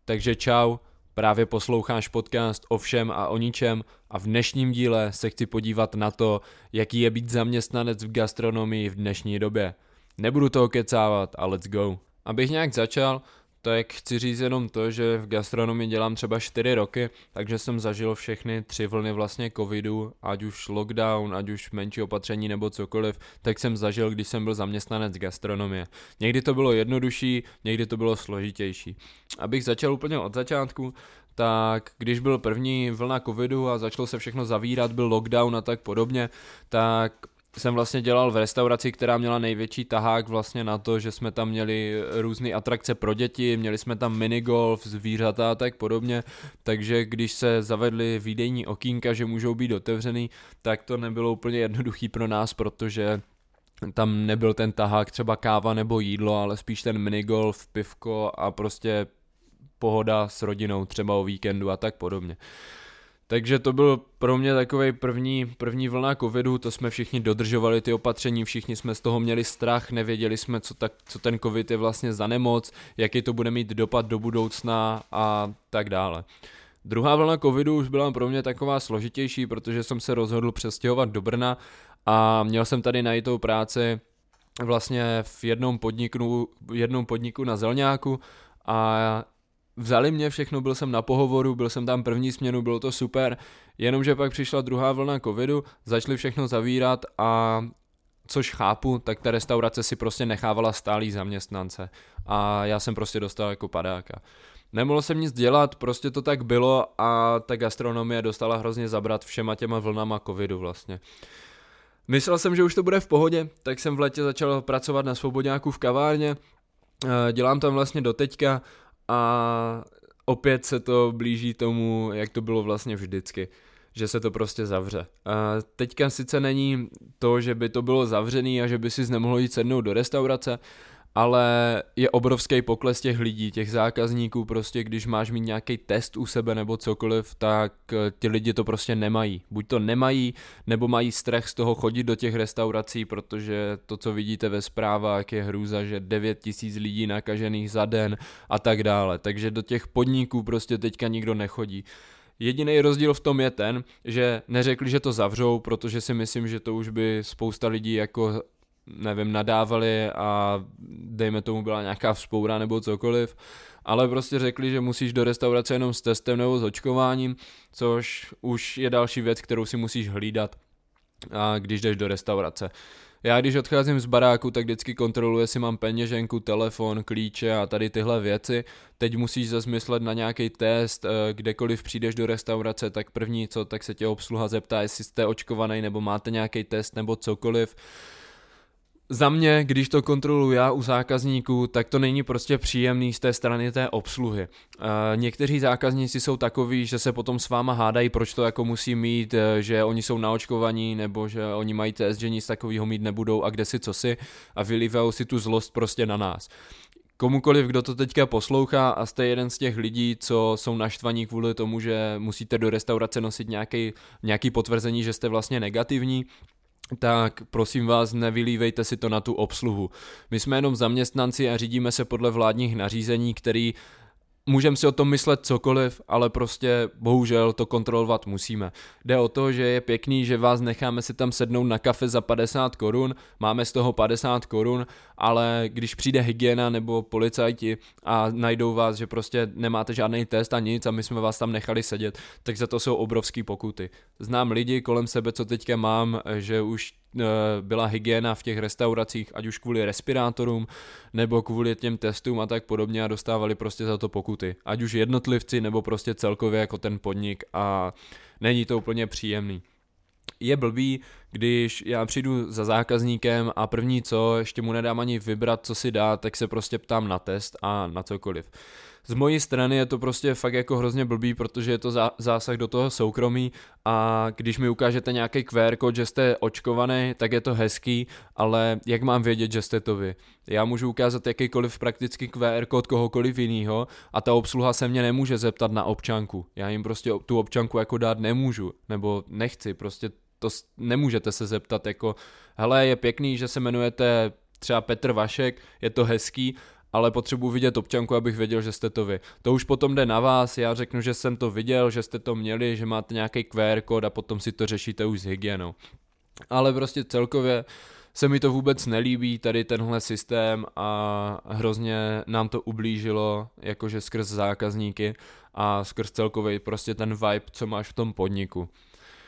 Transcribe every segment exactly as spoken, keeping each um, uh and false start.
Takže čau, právě posloucháš podcast o všem a o ničem a v dnešním díle se chci podívat na to, jaký je být zaměstnanec v gastronomii v dnešní době. Nebudu toho kecávat a let's go. Abych nějak začal, tak chci říct jenom to, že v gastronomii dělám třeba čtyři roky, takže jsem zažil všechny tři vlny vlastně covidu, ať už lockdown, ať už menší opatření nebo cokoliv, tak jsem zažil, když jsem byl zaměstnanec gastronomie. Někdy to bylo jednodušší, někdy to bylo složitější. Abych začal úplně od začátku, tak když byl první vlna covidu a začalo se všechno zavírat, byl lockdown a tak podobně, tak jsem vlastně dělal v restauraci, která měla největší tahák vlastně na to, že jsme tam měli různé atrakce pro děti, měli jsme tam minigolf, zvířata a tak podobně, takže když se zavedly výdejní okýnka, že můžou být otevřený, tak to nebylo úplně jednoduchý pro nás, protože tam nebyl ten tahák třeba káva nebo jídlo, ale spíš ten minigolf, pivko a prostě pohoda s rodinou třeba o víkendu a tak podobně. Takže to byl pro mě takovej první, první vlna covidu, to jsme všichni dodržovali ty opatření, všichni jsme z toho měli strach, nevěděli jsme, co, tak, co ten covid je vlastně za nemoc, jaký to bude mít dopad do budoucna a tak dále. Druhá vlna covidu už byla pro mě taková složitější, protože jsem se rozhodl přestěhovat do Brna a měl jsem tady najitou práci vlastně v jednom podniku, v jednom podniku na Zelňáku a vzali mě všechno, byl jsem na pohovoru, byl jsem tam první směnu, bylo to super, jenomže pak přišla druhá vlna covidu, začali všechno zavírat a což chápu, tak ta restaurace si prostě nechávala stálý zaměstnance a já jsem prostě dostal jako padáka. Nemohl jsem nic dělat, prostě to tak bylo a ta gastronomie dostala hrozně zabrat všema těma vlnama covidu vlastně. Myslel jsem, že už to bude v pohodě, tak jsem v létě začal pracovat na Svobodňáku v kavárně, dělám tam vlastně do teďka, a opět se to blíží tomu, jak to bylo vlastně vždycky, že se to prostě zavře. A teďka sice není to, že by to bylo zavřený a že by si nemohlo jít sednout do restaurace, ale je obrovský pokles těch lidí, těch zákazníků, prostě když máš mít nějaký test u sebe nebo cokoliv, tak ti lidi to prostě nemají. Buď to nemají, nebo mají strach z toho chodit do těch restaurací, protože to, co vidíte ve zprávách, je hrůza, že devět tisíc lidí nakažených za den a tak dále. Takže do těch podniků prostě teďka nikdo nechodí. Jediný rozdíl v tom je ten, že neřekli, že to zavřou, protože si myslím, že to už by spousta lidí jako nevím, nadávali a dejme tomu byla nějaká vzpoura nebo cokoliv, ale prostě řekli, že musíš do restaurace jenom s testem nebo s očkováním, což už je další věc, kterou si musíš hlídat, a když jdeš do restaurace. Já když odcházím z baráku, tak vždycky kontroluji, jestli mám peněženku, telefon, klíče a tady tyhle věci. Teď musíš zase myslet na nějaký test, kdekoliv přijdeš do restaurace, tak první co, tak se tě obsluha zeptá, jestli jste očkovaný nebo máte nějaký test nebo cokoliv. Za mě, když to kontroluji já u zákazníků, tak to není prostě příjemný z té strany té obsluhy. E, někteří zákazníci jsou takoví, že se potom s váma hádají, proč to jako musí mít, že oni jsou naočkovaní nebo že oni mají test, že nic takového mít nebudou a kde si co si a vylívají si tu zlost prostě na nás. Komukoliv, kdo to teďka poslouchá a jste jeden z těch lidí, co jsou naštvaní kvůli tomu, že musíte do restaurace nosit nějaký, nějaký potvrzení, že jste vlastně negativní, tak prosím vás, nevylívejte si to na tu obsluhu. My jsme jenom zaměstnanci a řídíme se podle vládních nařízení, který můžeme si o tom myslet cokoliv, ale prostě bohužel to kontrolovat musíme. Jde o to, že je pěkný, že vás necháme si tam sednout na kafe za padesát korun, máme z toho padesát korun, ale když přijde hygiena nebo policajti a najdou vás, že prostě nemáte žádný test a nic a my jsme vás tam nechali sedět, tak za to jsou obrovský pokuty. Znám lidi kolem sebe, co teďka mám, že už byla hygiena v těch restauracích, ať už kvůli respirátorům, nebo kvůli těm testům a tak podobně a dostávali prostě za to pokuty. Ať už jednotlivci, nebo prostě celkově jako ten podnik a není to úplně příjemný. Je blbý, když já přijdu za zákazníkem a první co, ještě mu nedám ani vybrat, co si dá, tak se prostě ptám na test a na cokoliv. Z mojí strany je to prostě fakt jako hrozně blbý, protože je to zásah do toho soukromí a když mi ukážete nějaký Q R kód, že jste očkovaný, tak je to hezký, ale jak mám vědět, že jste to vy? Já můžu ukázat jakýkoliv prakticky Q R kód kohokoliv jinýho a ta obsluha se mě nemůže zeptat na občanku. Já jim prostě tu občanku jako dát nemůžu, nebo nechci, prostě to nemůžete se zeptat jako, hele, je pěkný, že se jmenujete třeba Petr Vašek, je to hezký, ale potřebuji vidět občanku, abych věděl, že jste to vy. To už potom jde na vás, já řeknu, že jsem to viděl, že jste to měli, že máte nějaký Q R kód a potom si to řešíte už s hygienou. Ale prostě celkově se mi to vůbec nelíbí, tady tenhle systém a hrozně nám to ublížilo, jakože skrz zákazníky a skrz celkový prostě ten vibe, co máš v tom podniku. Uh,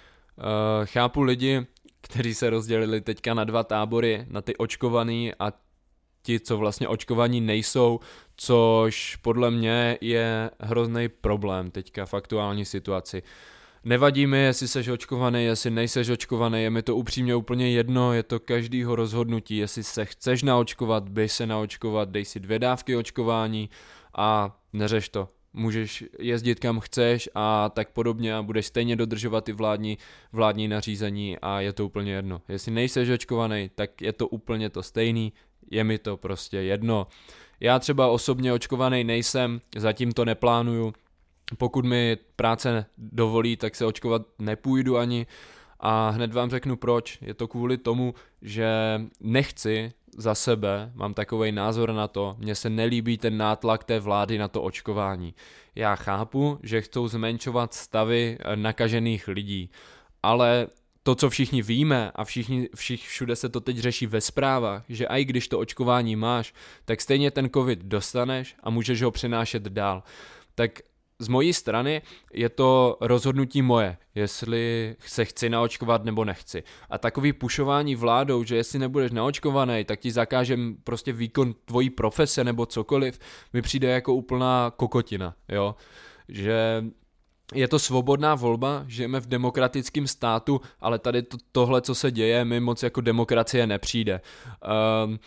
chápu lidi, kteří se rozdělili teďka na dva tábory, na ty očkovaný a ti, co vlastně očkovaní nejsou, což podle mě je hrozný problém teďka v aktuální situaci. Nevadí mi, jestli seš očkovaný, jestli nejseš očkovaný, je mi to upřímně úplně jedno, je to každýho rozhodnutí, jestli se chceš naočkovat, běž se naočkovat, dej si dvě dávky očkování a neřeš to. Můžeš jezdit kam chceš a tak podobně a budeš stejně dodržovat ty vládní, vládní nařízení a je to úplně jedno. Jestli nejseš očkovaný, tak je to úplně to stejný, je mi to prostě jedno. Já třeba osobně očkovaný nejsem, zatím to neplánuju. Pokud mi práce dovolí, tak se očkovat nepůjdu ani a hned vám řeknu proč. Je to kvůli tomu, že nechci za sebe, mám takovej názor na to, mně se nelíbí ten nátlak té vlády na to očkování. Já chápu, že chcou zmenšovat stavy nakažených lidí, ale to, co všichni víme a všichni, všich, všude se to teď řeší ve zprávách, že i když to očkování máš, tak stejně ten covid dostaneš a můžeš ho přenášet dál. Tak z mojí strany je to rozhodnutí moje, jestli se chci naočkovat nebo nechci. A takový pušování vládou, že jestli nebudeš naočkovaný, tak ti zakážem prostě výkon tvojí profese nebo cokoliv, mi přijde jako úplná kokotina, jo. Že je to svobodná volba, žijeme v demokratickém státu, ale tady to, tohle, co se děje, mi moc jako demokracie nepřijde. Um,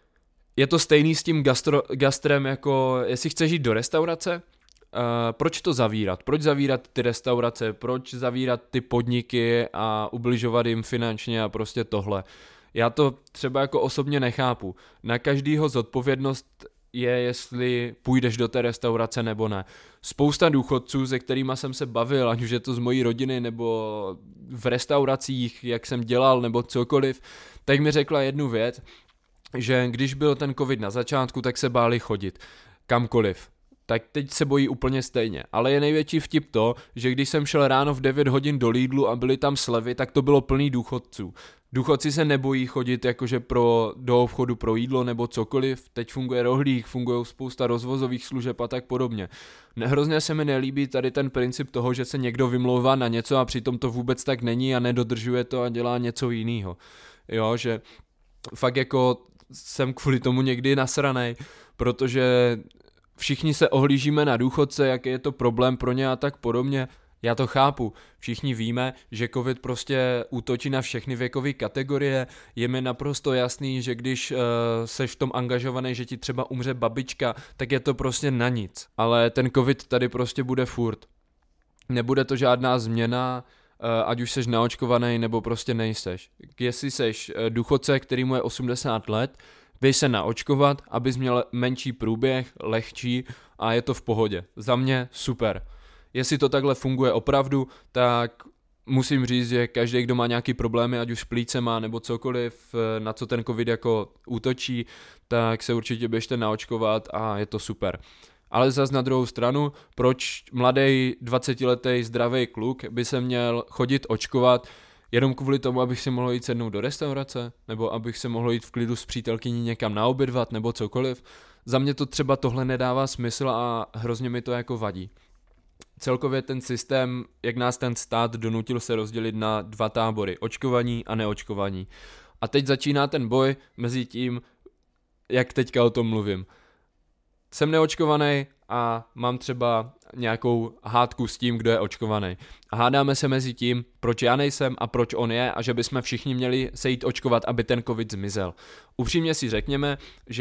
je to stejný s tím gastro, gastrem, jako jestli chceš jít do restaurace, Uh, proč to zavírat? Proč zavírat ty restaurace? Proč zavírat ty podniky a ubližovat jim finančně a prostě tohle? Já to třeba jako osobně nechápu. Na každýho zodpovědnost je, jestli půjdeš do té restaurace nebo ne. Spousta důchodců, se kterýma jsem se bavil, ať už je to z mojí rodiny nebo v restauracích, jak jsem dělal nebo cokoliv, tak mi řekla jednu věc, že když byl ten covid na začátku, tak se báli chodit kamkoliv. Tak teď se bojí úplně stejně. Ale je největší vtip to, že když jsem šel ráno v devět hodin do Lidlu a byly tam slevy, tak to bylo plný důchodců. Důchodci se nebojí chodit jakože pro, do obchodu pro jídlo nebo cokoliv. Teď funguje rohlík, fungují spousta rozvozových služeb a tak podobně. Hrozně se mi nelíbí tady ten princip toho, že se někdo vymlouvá na něco a přitom to vůbec tak není a nedodržuje to a dělá něco jiného. Jo, že fakt jako jsem kvůli tomu někdy nasranej, protože všichni se ohlížíme na důchodce, jaký je to problém pro ně a tak podobně. Já to chápu. Všichni víme, že covid prostě útočí na všechny věkové kategorie. Je mi naprosto jasný, že když uh, seš v tom angažovaný, že ti třeba umře babička, tak je to prostě na nic. Ale ten covid tady prostě bude furt. Nebude to žádná změna, uh, ať už seš naočkovaný nebo prostě nejseš. Jestli seš uh, důchodce, který mu je osmdesát let, běž se naočkovat, abys měl menší průběh, lehčí a je to v pohodě. Za mě super. Jestli to takhle funguje opravdu, tak musím říct, že každý, kdo má nějaký problémy, ať už s plícema nebo cokoliv, na co ten covid jako útočí, tak se určitě běžte naočkovat a je to super. Ale zas na druhou stranu, proč mladý dvacetiletý zdravý kluk by se měl chodit očkovat jenom kvůli tomu, abych si mohl jít sednout do restaurace, nebo abych se mohl jít v klidu s přítelkyní někam naobědvat, nebo cokoliv. Za mě to třeba tohle nedává smysl a hrozně mi to jako vadí. Celkově ten systém, jak nás ten stát donutil se rozdělit na dva tábory, očkovaní a neočkovaní. A teď začíná ten boj mezi tím, jak teďka o tom mluvím. Jsem neočkovaný a mám třeba nějakou hádku s tím, kdo je očkovaný. A hádáme se mezi tím, proč já nejsem a proč on je a že bychom všichni měli se jít očkovat, aby ten covid zmizel. Upřímně si řekněme, že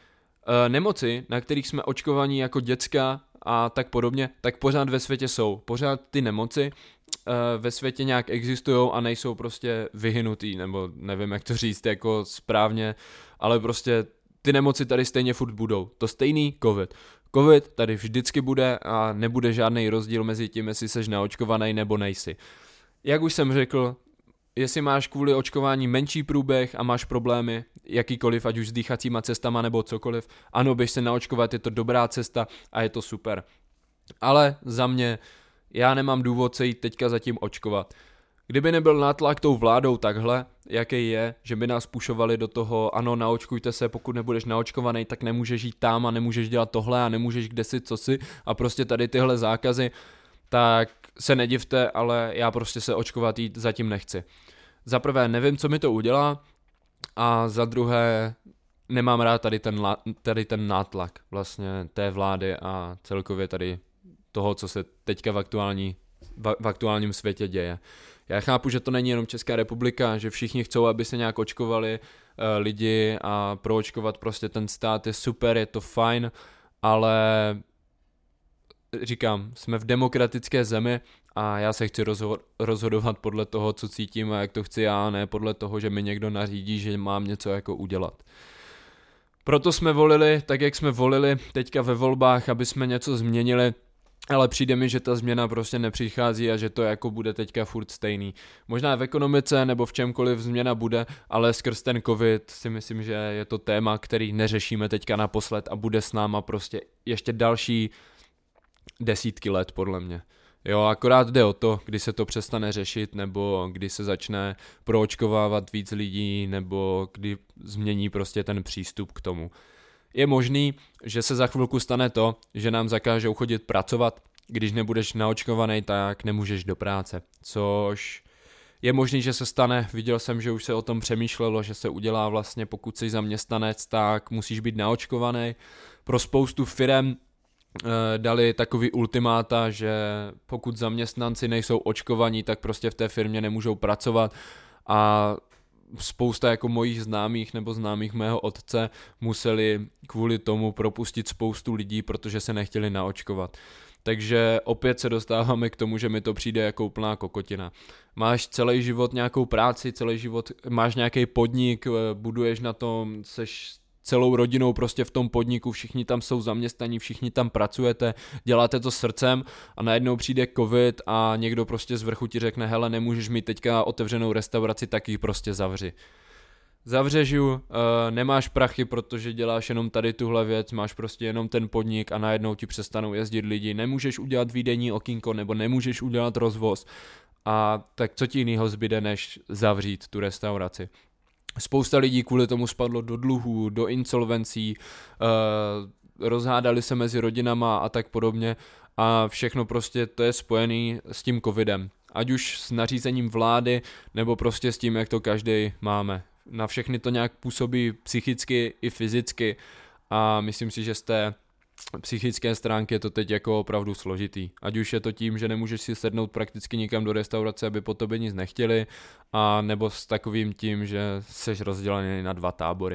e, nemoci, na kterých jsme očkovaní jako děcka a tak podobně, tak pořád ve světě jsou. Pořád ty nemoci e, ve světě nějak existují a nejsou prostě vyhynutý, nebo nevím, jak to říct jako správně, ale prostě ty nemoci tady stejně furt budou. To stejný covid. Covid tady vždycky bude a nebude žádný rozdíl mezi tím, jestli seš naočkovaný nebo nejsi. Jak už jsem řekl, jestli máš kvůli očkování menší průběh a máš problémy, jakýkoliv, ať už s dýchacíma cestama nebo cokoliv, ano, běž se naočkovat, je to dobrá cesta a je to super. Ale za mě, já nemám důvod se jít teďka zatím očkovat. Kdyby nebyl nátlak tou vládou takhle, jaký je, že by nás pušovali do toho, ano, naočkujte se, pokud nebudeš naočkovaný, tak nemůžeš jít tam a nemůžeš dělat tohle a nemůžeš kdesi cosi a prostě tady tyhle zákazy, tak se nedivte, ale já prostě se očkovat jít zatím nechci. Za prvé nevím, co mi to udělá a za druhé nemám rád tady ten, tady ten nátlak vlastně té vlády a celkově tady toho, co se teďka v, aktuální, v aktuálním světě děje. Já chápu, že to není jenom Česká republika, že všichni chcou, aby se nějak očkovali uh, lidi a proočkovat prostě ten stát je super, je to fajn, ale říkám, jsme v demokratické zemi a já se chci rozho- rozhodovat podle toho, co cítím a jak to chci já, ne podle toho, že mi někdo nařídí, že mám něco jako udělat. Proto jsme volili tak, jak jsme volili teďka ve volbách, aby jsme něco změnili, ale přijde mi, že ta změna prostě nepřichází a že to jako bude teďka furt stejný. Možná v ekonomice nebo v čemkoliv změna bude, ale skrz ten covid si myslím, že je to téma, který neřešíme teďka naposled a bude s náma prostě ještě další desítky let podle mě. Jo, akorát jde o to, kdy se to přestane řešit, nebo kdy se začne proočkovávat víc lidí, nebo kdy změní prostě ten přístup k tomu. Je možný, že se za chvilku stane to, že nám zakážou chodit pracovat, když nebudeš naočkovaný, tak nemůžeš do práce, což je možný, že se stane, viděl jsem, že už se o tom přemýšlelo, že se udělá vlastně, pokud jsi zaměstnanec, tak musíš být naočkovaný. Pro spoustu firem dali takový ultimáta, že pokud zaměstnanci nejsou očkovaní, tak prostě v té firmě nemůžou pracovat a spousta jako mojich známých nebo známých mého otce museli kvůli tomu propustit spoustu lidí, protože se nechtěli naočkovat. Takže opět se dostáváme k tomu, že mi to přijde jako úplná kokotina. Máš celý život nějakou práci, celý život máš nějaký podnik, buduješ na tom, seš celou rodinou prostě v tom podniku, všichni tam jsou zaměstnaní, všichni tam pracujete, děláte to srdcem a najednou přijde covid a někdo prostě z vrchu ti řekne, hele, nemůžeš mít teďka otevřenou restauraci, tak ji prostě zavři. Zavřeš ju, uh, nemáš prachy, protože děláš jenom tady tuhle věc, máš prostě jenom ten podnik a najednou ti přestanou jezdit lidi, nemůžeš udělat výdejní okýnko nebo nemůžeš udělat rozvoz a tak co ti jinýho zbyde, než zavřít tu restauraci. Spousta lidí kvůli tomu spadlo do dluhů, do insolvencí, uh, rozhádali se mezi rodinama a tak podobně a všechno prostě to je spojený s tím covidem. Ať už s nařízením vlády, nebo prostě s tím, jak to každý máme. Na všechny to nějak působí psychicky i fyzicky a myslím si, že z té psychické stránky je to teď jako opravdu složitý. Ať už je to tím, že nemůžeš si sednout prakticky nikam do restaurace, aby po tobě nic nechtěli, a nebo s takovým tím, že seš rozdělený na dva tábory.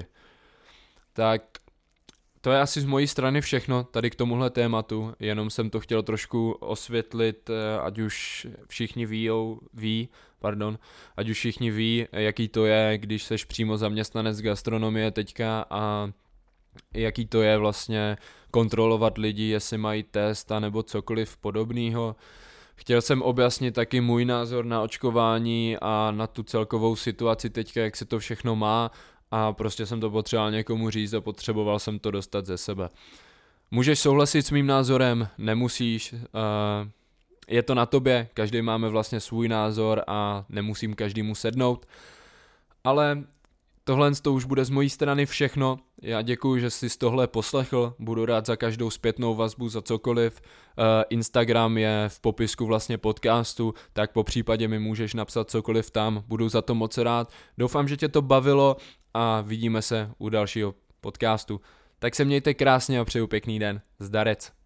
Tak to je asi z mojí strany všechno tady k tomuhle tématu, jenom jsem to chtěl trošku osvětlit, ať už všichni ví, ví, pardon, ať už všichni ví, jaký to je, když seš přímo zaměstnanec gastronomie teďka a jaký to je vlastně kontrolovat lidi, jestli mají test a nebo cokoliv podobného. Chtěl jsem objasnit taky můj názor na očkování a na tu celkovou situaci teďka, jak se to všechno má a prostě jsem to potřeboval někomu říct a potřeboval jsem to dostat ze sebe. Můžeš souhlasit s mým názorem, nemusíš, uh, je to na tobě, každý máme vlastně svůj názor a nemusím každému sednout, ale tohle to už bude z mojí strany všechno. Já děkuji, že jsi z tohle poslechl, budu rád za každou zpětnou vazbu, za cokoliv. Uh, Instagram je v popisku vlastně podcastu, tak po případě mi můžeš napsat cokoliv tam, budu za to moc rád. Doufám, že tě to bavilo a vidíme se u dalšího podcastu. Tak se mějte krásně a přeju pěkný den. Zdarec.